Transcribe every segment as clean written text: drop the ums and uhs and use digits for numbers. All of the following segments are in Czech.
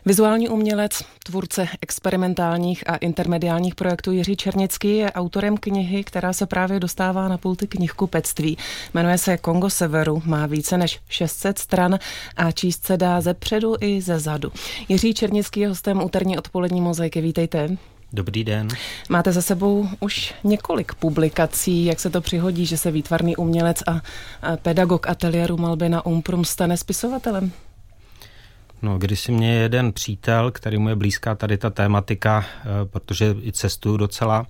Vizuální umělec, tvůrce experimentálních a intermediálních projektů Jiří Černický je autorem knihy, která se právě dostává na pulty knihkupectví. Jmenuje se Kongo severu, má více než 600 stran a číst se dá ze předu i ze zadu. Jiří Černický je hostem úterní odpolední Mozaiky. Vítejte. Dobrý den. Máte za sebou už několik publikací. Jak se to přihodí, že se výtvarný umělec a pedagog ateliéru malby na Umprum stane spisovatelem? No, když si mě jeden přítel, který mu je blízká tady ta tématika, protože i cestuju docela,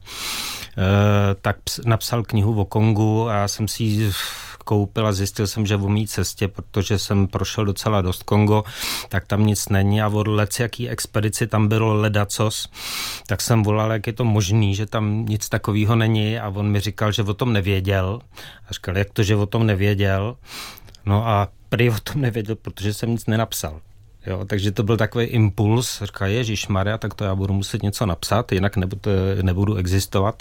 tak napsal knihu o Kongu a já jsem si ji koupil a zjistil jsem, že o mý cestě, protože jsem prošel docela dost Kongo, tak tam nic není a od lecjaký expedici tam bylo ledacos, tak jsem volal, jak je to možný, že tam nic takového není a on mi říkal, že o tom nevěděl a říkal, jak to, že o tom nevěděl, no a prý o tom nevěděl, protože jsem nic nenapsal. Jo, takže to byl takový impuls, říká ježišmarja, tak to já budu muset něco napsat, jinak nebudu existovat.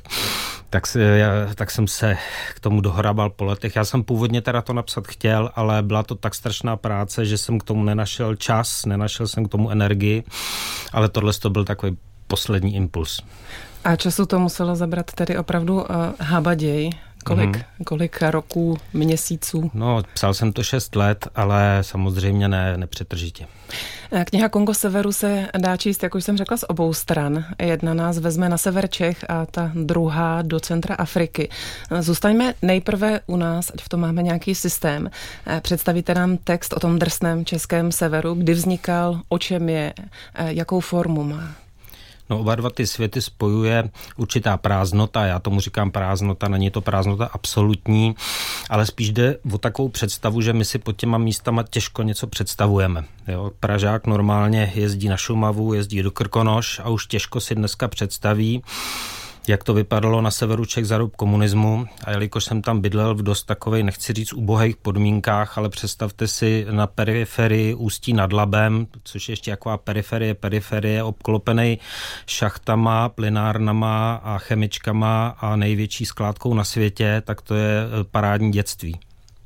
Tak jsem se k tomu dohrabal po letech. Já jsem původně teda to napsat chtěl, ale byla to tak strašná práce, že jsem k tomu nenašel čas, nenašel jsem k tomu energii, ale tohle to byl takový poslední impuls. A času to muselo zabrat tedy opravdu habaděj. Kolik roků, měsíců? No, psal jsem to 6 let, ale samozřejmě nepřetržitě. Kniha Kongo severu se dá číst, jak už jsem řekla, z obou stran. Jedna nás vezme na sever Čech a ta druhá do centra Afriky. Zůstaňme nejprve u nás, ať v tom máme nějaký systém. Představíte nám text o tom drsném českém severu, kdy vznikal, o čem je, jakou formu má? No, oba dva ty světy spojuje určitá prázdnota, já tomu říkám prázdnota, není to prázdnota absolutní, ale spíš jde o takovou představu, že my si pod těma místama těžko něco představujeme. Jo? Pražák normálně jezdí na Šumavu, jezdí do Krkonoš a už těžko si dneska představí, jak to vypadalo na severu Čech za dob komunismu. A jelikož jsem tam bydlel v dost takovej, nechci říct ubohých podmínkách, ale představte si na periferii Ústí nad Labem, což je ještě jaková periferie obklopenej šachtama, plynárnama a chemičkama a největší skládkou na světě, tak to je parádní dětství.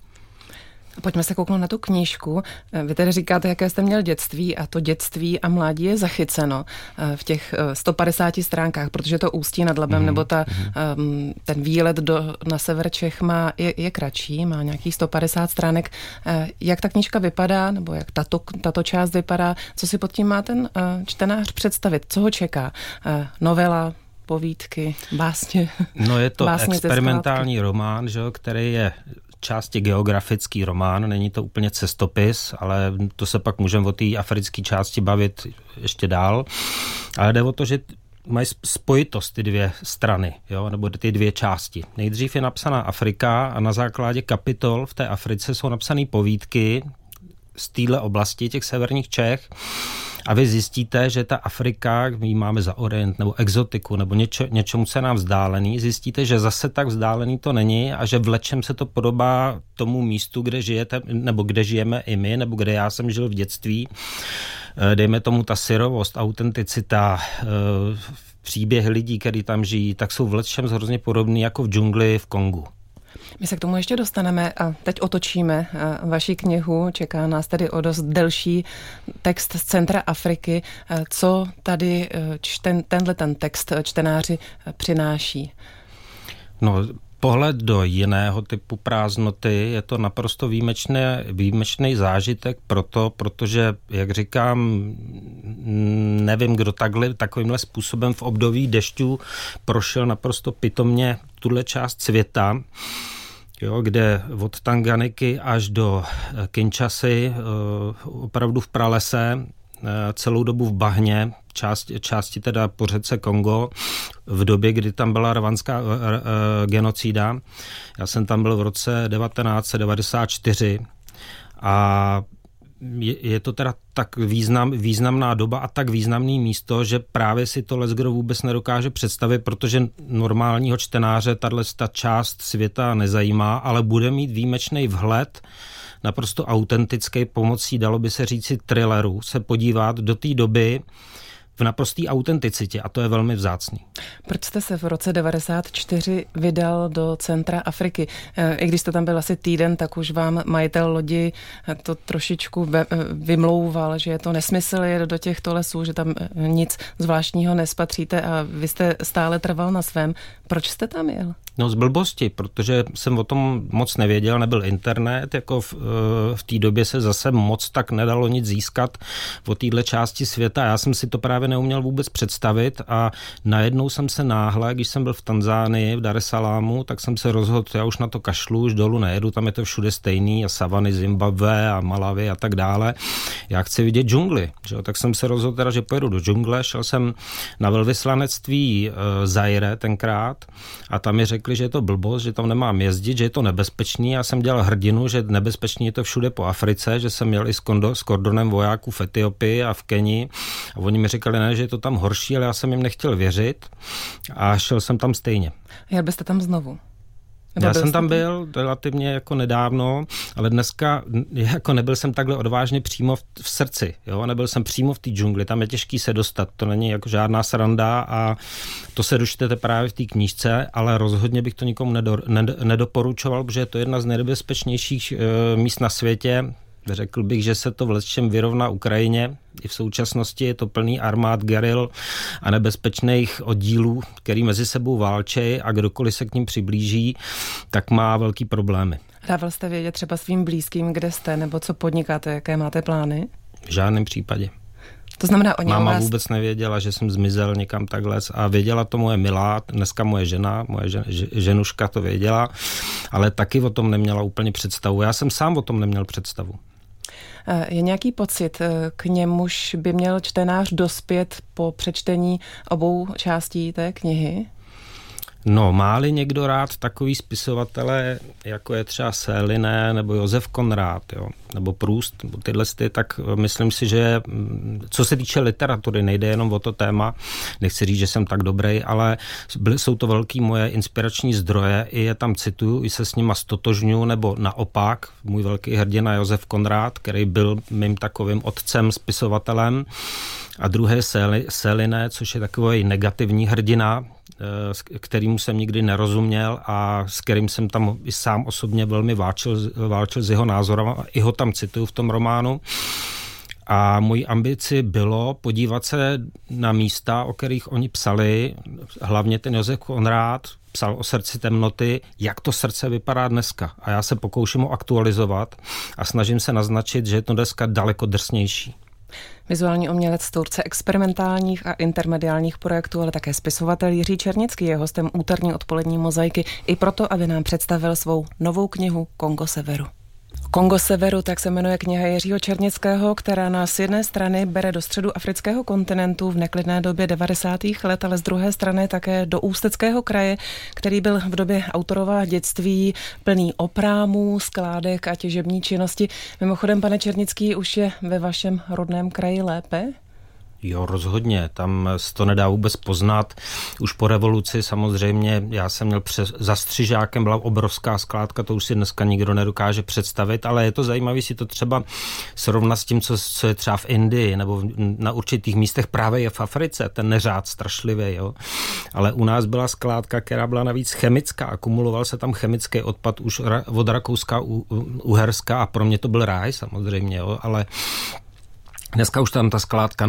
Pojďme se kouknout na tu knížku. Vy tedy říkáte, jaké jste měl dětství a to dětství a mládí je zachyceno v těch 150 stránkách, protože to Ústí nad Labem nebo ten výlet na sever Čech je kratší, má nějakých 150 stránek. Jak ta knížka vypadá, nebo jak tato část vypadá, co si pod tím má ten čtenář představit, co ho čeká? Novela, povídky, básně? No je to experimentální román, že, který je části geografický román, není to úplně cestopis, ale to se pak můžeme o té africké části bavit ještě dál. Ale jde o to, že mají spojitost ty dvě strany, jo, nebo ty dvě části. Nejdřív je napsaná Afrika a na základě kapitol v té Africe jsou napsané povídky z téhle oblasti, těch severních Čech. A vy zjistíte, že ta Afrika, my máme za orient nebo exotiku nebo něčemu se nám vzdálený, zjistíte, že zase tak vzdálený to není a že v lečem se to podobá tomu místu, kde žijete, nebo kde žijeme i my, nebo kde já jsem žil v dětství. Dejme tomu ta syrovost, autenticita, příběhy lidí, kteří tam žijí, tak jsou v lečem hrozně podobný jako v džungli v Kongu. My se k tomu ještě dostaneme a teď otočíme vaši knihu. Čeká nás tedy o dost delší text z centra Afriky. Co tady ten text čtenáři přináší? No, pohled do jiného typu prázdnoty, je to naprosto výjimečný zážitek protože, jak říkám, nevím, kdo takovýmhle způsobem v období dešťů prošel naprosto pitomně tuhle část světa, jo, kde od Tanganiky až do Kinshasy, opravdu v pralese, celou dobu v bahně, části teda po řece Kongo, v době, kdy tam byla rwandská genocída. Já jsem tam byl v roce 1994 a je to teda tak významná doba a tak významný místo, že právě si to leckdo vůbec nedokáže představit, protože normálního čtenáře ta část světa nezajímá, ale bude mít výjimečný vhled, naprosto autentický, pomocí, dalo by se říci, thrillerů, se podívat do té doby, v naprosté autenticitě a to je velmi vzácný. Proč jste se v roce 94 vydal do centra Afriky? I když jste tam byl asi týden, tak už vám majitel lodi to trošičku vymlouval, že je to nesmysl jet do těchto lesů, že tam nic zvláštního nespatříte a vy jste stále trval na svém. Proč jste tam jel? No z blbosti, protože jsem o tom moc nevěděl, nebyl internet, jako v té době se zase moc tak nedalo nic získat o téhle části světa. Já jsem si to právě neuměl vůbec představit a najednou jsem se náhle, když jsem byl v Tanzánii, v Dar es Salamu, tak jsem se rozhodl, já už na to kašlu, už dolů nejedu, tam je to všude stejný a savany Zimbabwe a Malawi a tak dále. Já chci vidět džungli, že? Tak jsem se rozhodl teda, že pojedu do džungle, šel jsem na velvyslanectví Zaire tenkrát a tam mi řekli, že je to blbost, že tam nemám jezdit, že je to nebezpečný. Já jsem dělal hrdinu, že nebezpečný je to všude po Africe, že jsem jel i s kordonem vojáků v Etiopii a v Keni a oni mi říkali, ne, že je to tam horší, ale já jsem jim nechtěl věřit a šel jsem tam stejně. Jel byste tam znovu? Já jsem tam byl relativně jako nedávno, ale dneska jako nebyl jsem takhle odvážně přímo v srdci, jo? Nebyl jsem přímo v té džungli, tam je těžký se dostat, to není jako žádná sranda a to se dočtete právě v té knížce, ale rozhodně bych to nikomu nedoporučoval, protože je to jedna z nejbezpečnějších míst na světě. Řekl bych, že se to v lecčem vyrovná Ukrajině. I v současnosti je to plný armád, geril a nebezpečných oddílů, který mezi sebou válčí a kdokoliv se k ním přiblíží, tak má velký problémy. Dával jste vědět třeba svým blízkým, kde jste, nebo co podnikáte, jaké máte plány? V žádném případě. To znamená, oni Máma vůbec nevěděla, že jsem zmizel někam takhle a věděla to moje milá, dneska moje žena, ženuška to věděla, ale taky o tom neměla úplně představu. Já jsem sám o tom neměl představu. Je nějaký pocit, k němuž by měl čtenář dospět po přečtení obou částí té knihy? No, má-li někdo rád takový spisovatele, jako je třeba Séliné nebo Josef Konrád, jo, nebo Proust, nebo tyhle, tak myslím si, že co se týče literatury, nejde jenom o to téma, nechci říct, že jsem tak dobrý, ale jsou to velký moje inspirační zdroje, i je tam cituju, i se s nima stotožňuji, nebo naopak, můj velký hrdina Josef Konrád, který byl mým takovým otcem, spisovatelem, a druhé Séliné, což je takový negativní hrdina, kterýmu jsem nikdy nerozuměl a s kterým jsem tam i sám osobně velmi válčil s jeho názorem a i ho tam cituju v tom románu. A mojí ambici bylo podívat se na místa, o kterých oni psali, hlavně ten Josef Konrád psal o srdci temnoty, jak to srdce vypadá dneska. A já se pokouším ho aktualizovat a snažím se naznačit, že je to dneska daleko drsnější. Vizuální umělec, tvůrce experimentálních a intermediálních projektů, ale také spisovatel Jiří Černický je hostem úterní odpolední mozaiky i proto, aby nám představil svou novou knihu Kongo Severu. Kongo Severu, tak se jmenuje kniha Jiřího Černického, která nás z jedné strany bere do středu afrického kontinentu v neklidné době 90. let, ale z druhé strany také do Ústeckého kraje, který byl v době autorova dětství plný oprámů, skládek a těžební činnosti. Mimochodem, pane Černický, už je ve vašem rodném kraji lépe? Jo, rozhodně, tam se to nedá vůbec poznat. Už po revoluci samozřejmě, já jsem měl za Střižákem, byla obrovská skládka, to už si dneska nikdo nedokáže představit, ale je to zajímavé si to třeba srovnat s tím, co je třeba v Indii, nebo na určitých místech právě je v Africe, ten neřád strašlivý, jo. Ale u nás byla skládka, která byla navíc chemická, akumuloval se tam chemický odpad už od Rakouska, Uherska a pro mě to byl ráj samozřejmě, jo, ale dneska už tam ta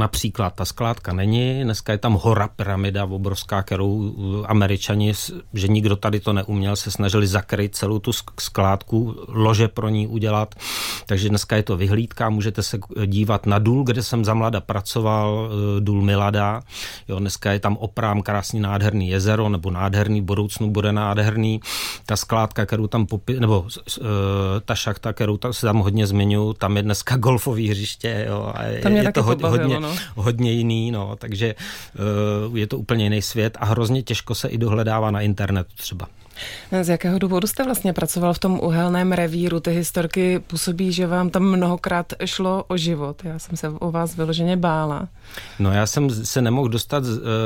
skládka není, dneska je tam hora pyramida obrovská, kterou Američani, že nikdo tady to neuměl, se snažili zakryt celou tu skládku, lože pro ní udělat, takže dneska je to vyhlídka, můžete se dívat na důl, kde jsem za mlada pracoval, důl Milada, jo, dneska je tam oprám, krásný nádherný jezero, nebo nádherný, v budoucnu bude nádherný, ta skládka, kterou tam nebo ta šachta, kterou se tam hodně zmiňuji, tam je dneska golfový hřiště, jo, a je to hodně jiný, no, takže je to úplně jiný svět a hrozně těžko se i dohledává na internetu třeba. Z jakého důvodu jste vlastně pracoval v tom uhelném revíru? Ty historky působí, že vám tam mnohokrát šlo o život. Já jsem se o vás vyloženě bála. No já jsem se nemohl dostat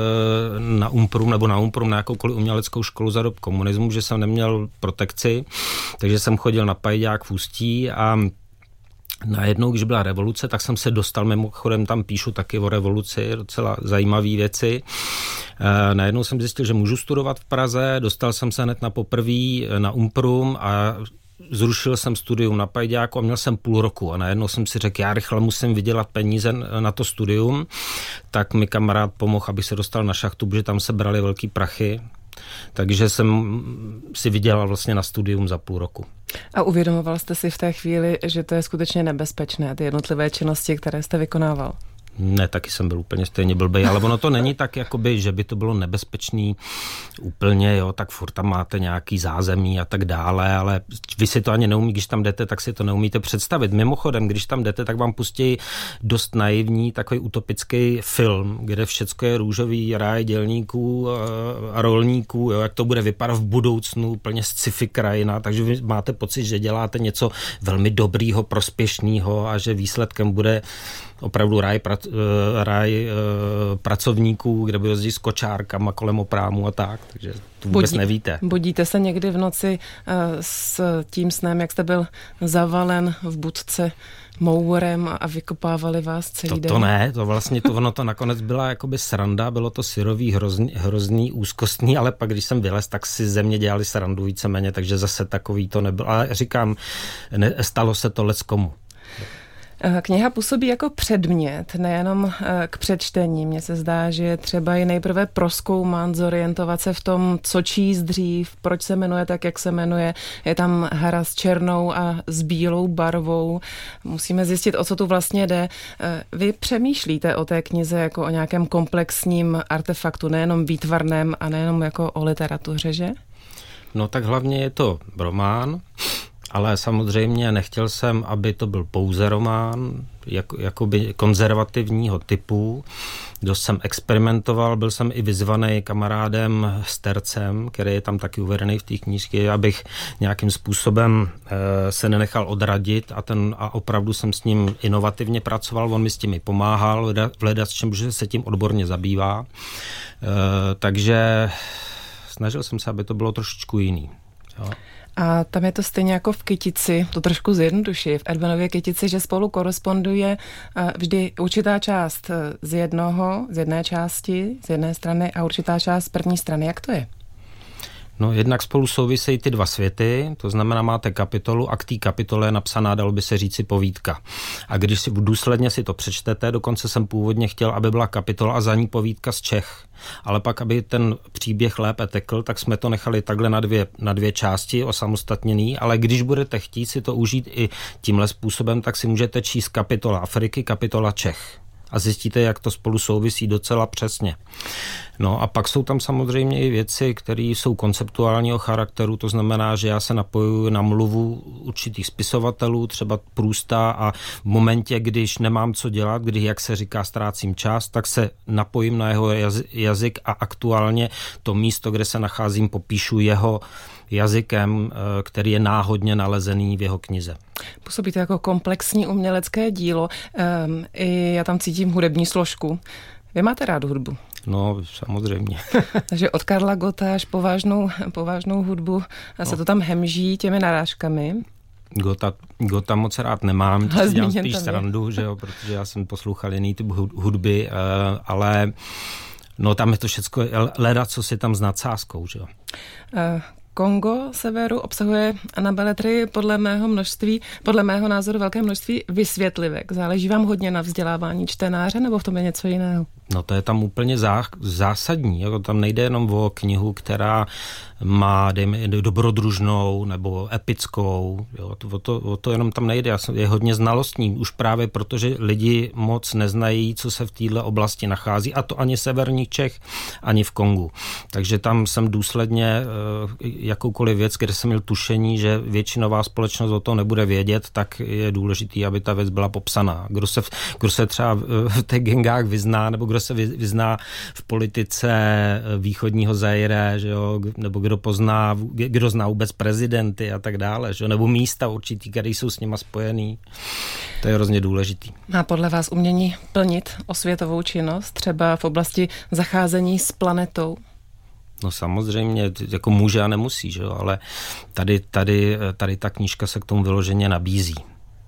na UMPRUM na jakoukoliv uměleckou školu za dob komunismu, že jsem neměl protekci, takže jsem chodil na pajďák v Ústí a najednou, když byla revoluce, tak jsem se dostal, mimochodem tam píšu taky o revoluci, docela zajímavé věci. Najednou jsem zjistil, že můžu studovat v Praze, dostal jsem se hned na poprví na Umprum a zrušil jsem studium na Pajďáku a měl jsem půl roku a najednou jsem si řekl, já rychle musím vydělat peníze na to studium, tak mi kamarád pomohl, abych se dostal na šachtu, protože tam se brali velký prachy. Takže jsem si vydělal vlastně na studium za půl roku. A uvědomoval jste si v té chvíli, že to je skutečně nebezpečné, ty jednotlivé činnosti, které jste vykonával? Ne, taky jsem byl úplně stejně blbej, ale ono to není tak, jakoby, že by to bylo nebezpečný úplně, jo, tak furt tam máte nějaký zázemí a tak dále, ale vy si to ani neumí, když tam jdete, tak si to neumíte představit. Mimochodem, když tam jdete, tak vám pustí dost naivní, takový utopický film, kde všecko je růžový ráj dělníků a rolníků, jo, jak to bude vypadat v budoucnu, úplně sci-fi krajina, takže vy máte pocit, že děláte něco velmi dobrýho, prospěšného a že výsledkem bude opravdu ráj pracovníků, kde by jezdí s kočárkama kolem oprámu a tak, takže to vůbec nevíte. Budíte se někdy v noci s tím snem, jak jste byl zavalen v budce mourem a vykopávali vás celý den? To ne, to vlastně ono to nakonec byla jakoby sranda, bylo to syrový, hrozný, úzkostný, ale pak když jsem vylez, tak si ze mě dělali srandu víceméně, takže zase takový to nebylo. Ale říkám, stalo se to leckomu. Kniha působí jako předmět, nejenom k přečtení. Mně se zdá, že je třeba i nejprve prozkoumat, zorientovat se v tom, co číst dřív, proč se jmenuje tak, jak se jmenuje. Je tam hra s černou a s bílou barvou. Musíme zjistit, o co tu vlastně jde. Vy přemýšlíte o té knize jako o nějakém komplexním artefaktu, nejenom výtvarném a nejenom jako o literatuře, že? No tak hlavně je to román, ale samozřejmě nechtěl jsem, aby to byl pouze román, jakoby konzervativního typu. Dost jsem experimentoval, byl jsem i vyzvaný kamarádem Stercem, který je tam taky uvedený v té knížce, abych nějakým způsobem se nenechal odradit a opravdu jsem s ním inovativně pracoval, on mi s tím i pomáhal, hledat s čím, že se tím odborně zabývá. Takže snažil jsem se, aby to bylo trošičku jiný. Jo. A tam je to stejně jako v Kytici, to trošku zjednoduší, v Erdmanově Kytici, že spolu koresponduje vždy určitá část z jedné části, z jedné strany a určitá část z první strany. Jak to je? No jednak spolu souvisejí ty dva světy, to znamená máte kapitolu a k té kapitole je napsaná, dalo by se říci, povídka. A když si důsledně si to přečtete, dokonce jsem původně chtěl, aby byla kapitola a za ní povídka z Čech. Ale pak, aby ten příběh lépe tekl, tak jsme to nechali takhle na dvě části osamostatněný, ale když budete chtít si to užít i tímhle způsobem, tak si můžete číst kapitola Afriky, kapitola Čech. A zjistíte, jak to spolu souvisí docela přesně. No a pak jsou tam samozřejmě i věci, které jsou konceptuálního charakteru, to znamená, že já se napojuji na mluvu určitých spisovatelů, třeba Prousta, a v momentě, když nemám co dělat, když, jak se říká, ztrácím čas, tak se napojím na jeho jazyk a aktuálně to místo, kde se nacházím, popíšu jeho jazykem, který je náhodně nalezený v jeho knize. Působí to jako komplexní umělecké dílo. I já tam cítím hudební složku. Vy máte rád hudbu? No, samozřejmě. Takže od Karla Gotta až povážnou hudbu se to tam hemží těmi narážkami. Gotta moc rád nemám, to si dělám spíš srandu, že jo, protože já jsem poslouchal jiný typ hudby, ale no tam je to všecko, leda, co si tam s nadsázkou, že jo. Kongo severu obsahuje na beletrii podle mého názoru velké množství vysvětlivek. Záleží vám hodně na vzdělávání čtenáře, nebo v tom je něco jiného? No to je tam úplně zásadní. Jako tam nejde jenom o knihu, která má, dejme, dobrodružnou nebo epickou. Jo, o to jenom tam nejde. Je hodně znalostní. Už právě protože lidi moc neznají, co se v této oblasti nachází. A to ani severních Čech, ani v Kongu. Takže tam jsem důsledně jakoukoliv věc, kde jsem měl tušení, že většinová společnost o to nebude vědět, tak je důležitý, aby ta věc byla popsaná. Kdo se třeba v těch gengách vyzná, nebo kdo se vyzná v politice východního Zaire, že jo, nebo kdo zná vůbec prezidenty a tak dále, že jo, nebo místa určitý, které jsou s nima spojený. To je hrozně důležitý. Má podle vás umění plnit osvětovou činnost, třeba v oblasti zacházení s planetou? No samozřejmě, jako může a nemusí, že jo, ale tady ta knížka se k tomu vyloženě nabízí.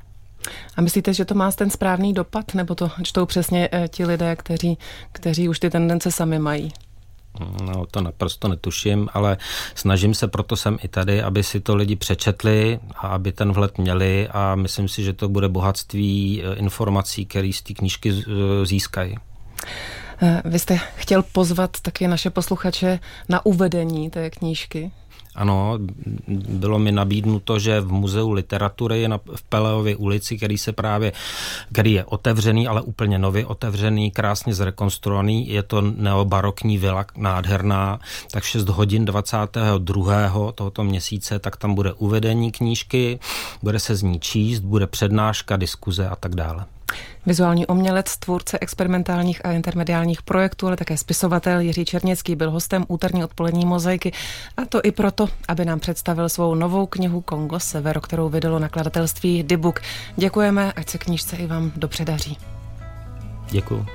A myslíte, že to má ten správný dopad, nebo to čtou přesně ti lidé, kteří už ty tendence sami mají? No, to naprosto netuším, ale snažím se, proto jsem i tady, aby si to lidi přečetli a aby ten vhled měli a myslím si, že to bude bohatství informací, které z té knížky získají. Vy jste chtěl pozvat taky naše posluchače na uvedení té knížky? Ano, bylo mi nabídnuto, že v Muzeu literatury v Peleově ulici, který je otevřený, ale úplně nově otevřený, krásně zrekonstruovaný, je to neobarokní vila, nádherná, tak 6 hodin 22. tohoto měsíce, tak tam bude uvedení knížky, bude se z ní číst, bude přednáška, diskuze a tak dále. Vizuální umělec, tvůrce experimentálních a intermediálních projektů, ale také spisovatel Jiří Černěcký byl hostem úterní odpolední Mozaiky, a to i proto, aby nám představil svou novou knihu Kongo Sever, kterou vydalo nakladatelství Dybook. Děkujeme, ať se knížce i vám dobře daří. Děkuju.